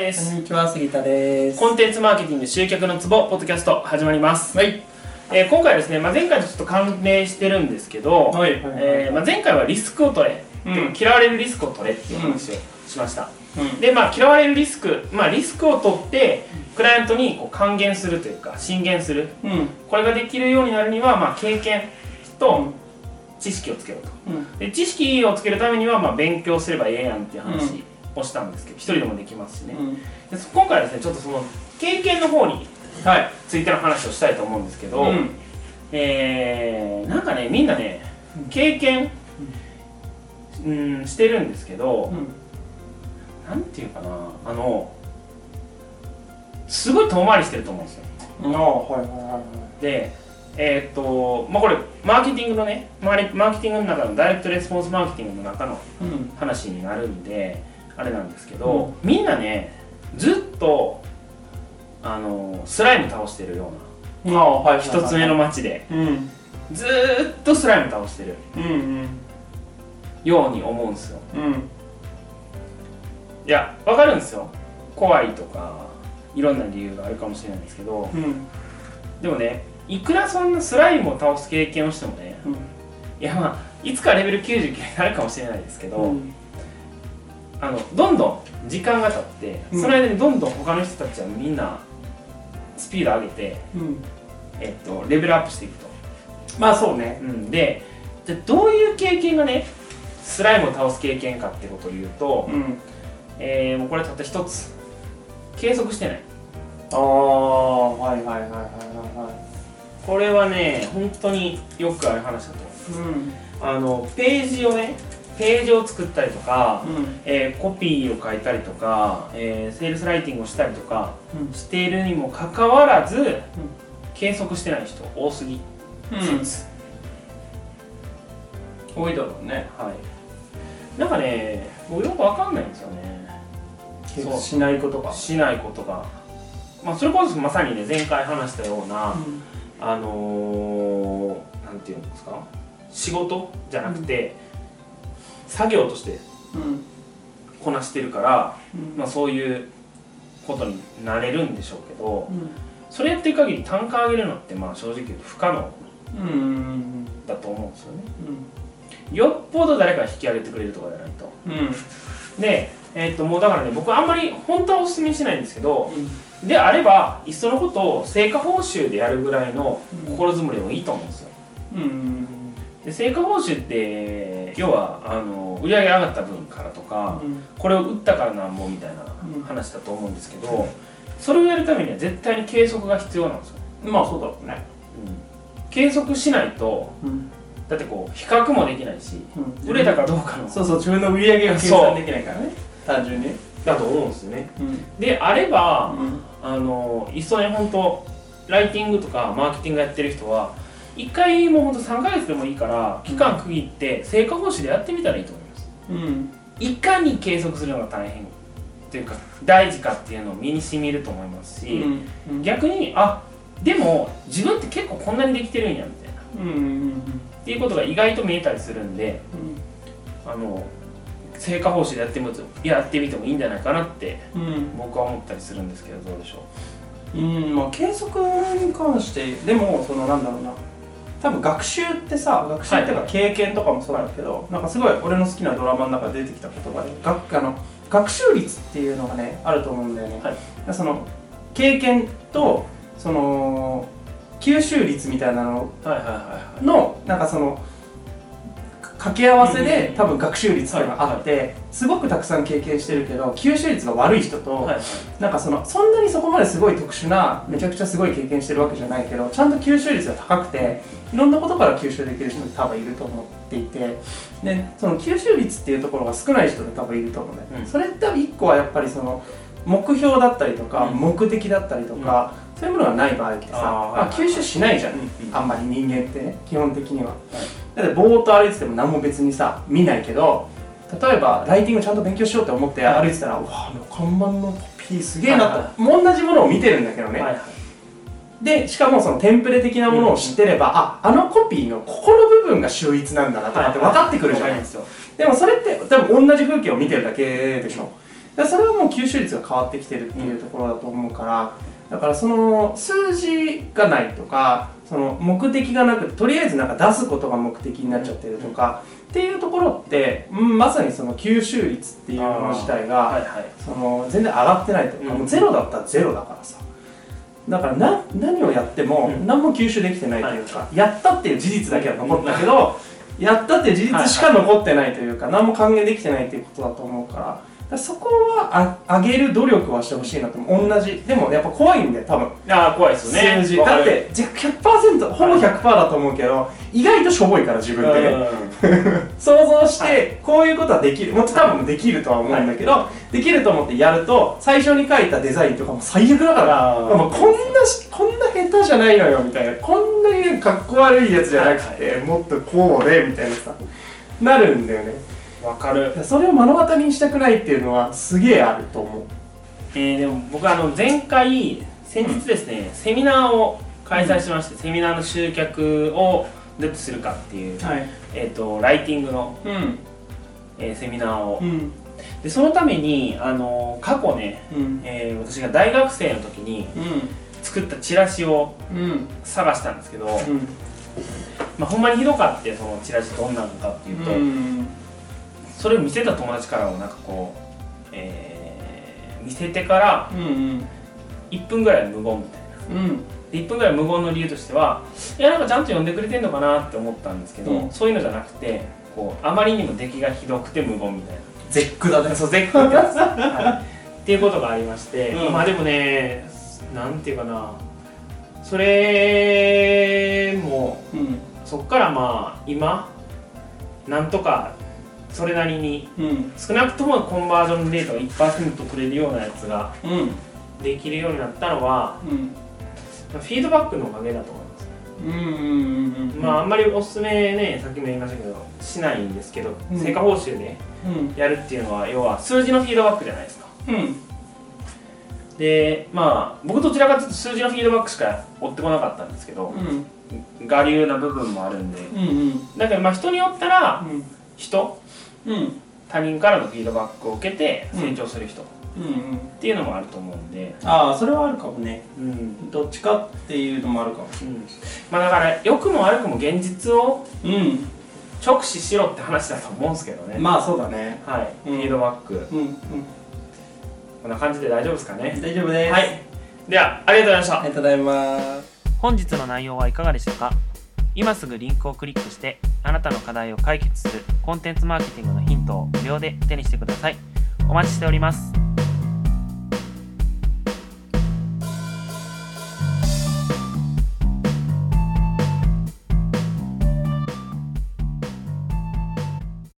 です。 こんにちは、杉田です。 コンテンツマーケティング集客のツボポッドキャスト始まります。 はい。 今回はですね、前回とちょっと関連してるんですけど、前回はリスクを取れ、嫌われるリスクを取れっていう話をしました。で、嫌われるリスク、リスクを取ってクライアントにこう還元するというか進言する、これができるようになるには、経験と知識をつけろと。で知識をつけるためには、勉強すればええやんっていう話をしたんですけど、一人でもできますしね。で今回はですね、ちょっとその経験の方についての話をしたいと思うんですけど、なんかね、みんなね、経験、してるんですけど、なんていうかな、すごい遠回りしてると思うんですよ。で、これマーケティングのね、マーケティングの中のダイレクトレスポンスマーケティングの中の話になるんで、あれなんですけど、みんなね、ずっとスライム倒してるような、一つ目の街でずーっとスライム倒してるように思うんですよ。いや、わかるんですよ。怖いとかいろんな理由があるかもしれないんですけど、でもね、いくらそんなスライムを倒す経験をしてもね、いやいつかレベル99になるかもしれないですけど、どんどん時間が経って、その間にどんどん他の人たちはみんなスピード上げて、レベルアップしていくと。 そうね。 で、じゃあどういう経験がね、スライムを倒す経験かってことを言うと、もうこれたった一つ、計測してない。これはね、本当によくある話だと思う。ページを作ったりとか、コピーを書いたりとか、セールスライティングをしたりとかしているにもかかわらず、計測してない人多すぎ説、 多いだろうね。 なんかね、僕よくわかんないんですよね。 しないことが。 それこそまさにね、前回話したような、なんていうんですか、仕事じゃなくて、作業としてこなしてるから、そういうことになれるんでしょうけど、それやってる限り単価上げるのって正直言うと不可能だと思うんですよね。よっぽど誰かが引き上げてくれるとかじゃないと。で、もうだからね、僕はあんまり本当はお勧めしないんですけど、であればいっそのことを成果報酬でやるぐらいの心づもりでもいいと思うんですよ。で、成果報酬って要は売り上げ上がった分からとか、これを売ったからなんぼみたいな話だと思うんですけど、それをやるためには絶対に計測が必要なんですよ。 そうだろうね。 計測しないと、だってこう比較もできないし、売れたかどうかの自分の売り上げが計算できないからね、単純にだと思うんですよね。であれば、いっそね、本当ライティングとかマーケティングやってる人は1回もう本当3ヶ月でもいいから期間区切って成果報酬でやってみたらいいと思います。いかに計測するのが大変というか大事かっていうのを身に染みると思いますし、逆にでも自分って結構こんなにできてるんやみたいな、っていうことが意外と見えたりするんで、成果報酬でやってみてもいいんじゃないかなって、僕は思ったりするんですけど、どうでしょう。 計測に関してでもなんだろうな、多分学習っていうか経験とかもそうだけど、なんかすごい俺の好きなドラマの中で出てきた言葉で学習率っていうのがねあると思うんだよね。その経験と吸収率みたいなののなんか掛け合わせで多分学習率っていうのがあって、すごくたくさん経験してるけど吸収率が悪い人と、なんかそんなにそこまですごい特殊なめちゃくちゃすごい経験してるわけじゃないけど、ちゃんと吸収率が高くていろんなことから吸収できる人って多分いると思っていて、でその吸収率っていうところが少ない人って多分いると思うんだよね。それって多分1個はやっぱり目標だったりとか、目的だったりとか、そういうものがない場合ってさ、吸収しないじゃん、あんまり人間ってね、基本的には。だってぼーっと歩いてても何も別にさ見ないけど、例えばライティングちゃんと勉強しようって思って歩いてたら、うわ看板のコピーすげえなと、同じものを見てるんだけどね。でしかもそのテンプレ的なものを知ってれば、あのコピーのここの部分が秀逸なんだなとかって分かってくるじゃないですよ。でもそれって多分同じ風景を見てるだけでしょ。 でそれはもう吸収率が変わってきてるっていうところだと思うから、だからその数字がないとかその目的がなくてとりあえずなんか出すことが目的になっちゃってるとかっていうところって、まさにその吸収率っていうもの自体が、 はいはい、 その全然上がってないというか、もうゼロだったらゼロだからさ、だから何をやっても何も吸収できてないというか、やったっていう事実だけは残ったけど、やったっていう事実しか残ってないというか、何も還元できてないということだと思うから、そこは上げる努力はしてほしいなと思う。同じでもやっぱ怖いんだよ多分。 怖いですよね。 数字だって 100% ほぼ 100% だと思うけど、意外としょぼいから自分でね想像してこういうことはできる、もっと多分できるとは思うんだけど、できると思ってやると最初に書いたデザインとかも最悪だから、もうこんな下手じゃないのよみたいな、こんなにかっこ悪いやつじゃなくて、もっとこうでみたいなさなるんだよね。 わかる。 それを目の当たりにしたくないっていうのはすげえあると思う。 でも僕先日ですね、セミナーを開催しまして、セミナーの集客をどうやってするかっていう、ライティングの、セミナーを、でそのために過去ね、私が大学生の時に作ったチラシを探したんですけど、ほんまにひどかって、そのチラシどんなのかっていうと、それを見せた友達からもなんかこう、見せてから1分ぐらい無言みたいな、で1分ぐらい無言の理由としては、いやなんかちゃんと読んでくれてんのかなって思ったんですけど、そういうのじゃなくて、こうあまりにも出来がひどくて無言みたいな、 絶句だね。 そう絶句ってやつ、っていうことがありまして、まあでもね、なんていうかな、それも、そっからまあ今なんとかそれなりに、少なくともコンバージョンレートが 1% くれるようなやつができるようになったのは、フィードバックのおかげだと思います。まああんまりおすすめね、さっきも言いましたけどしないんですけど、成果報酬でやるっていうのは要は数字のフィードバックじゃないですか。でまあ僕どちらかというと数字のフィードバックしか追ってこなかったんですけど、我流な部分もあるんで、だけどまあ人によったら、他人からのフィードバックを受けて成長する人っていうのもあると思うんで、 それはあるかもね。どっちかっていうのもあるかも。 まあだから良くも悪くも現実を直視しろって話だと思うんですけどね。 まあそうだね。 はい、フィードバック、こんな感じで大丈夫ですかね。 大丈夫です。 はい、ではありがとうございました。 ありがとうございます。 本日の内容はいかがでしたか。今すぐリンクをクリックしてあなたの課題を解決するコンテンツマーケティングのヒントを無料で手にしてください。お待ちしております。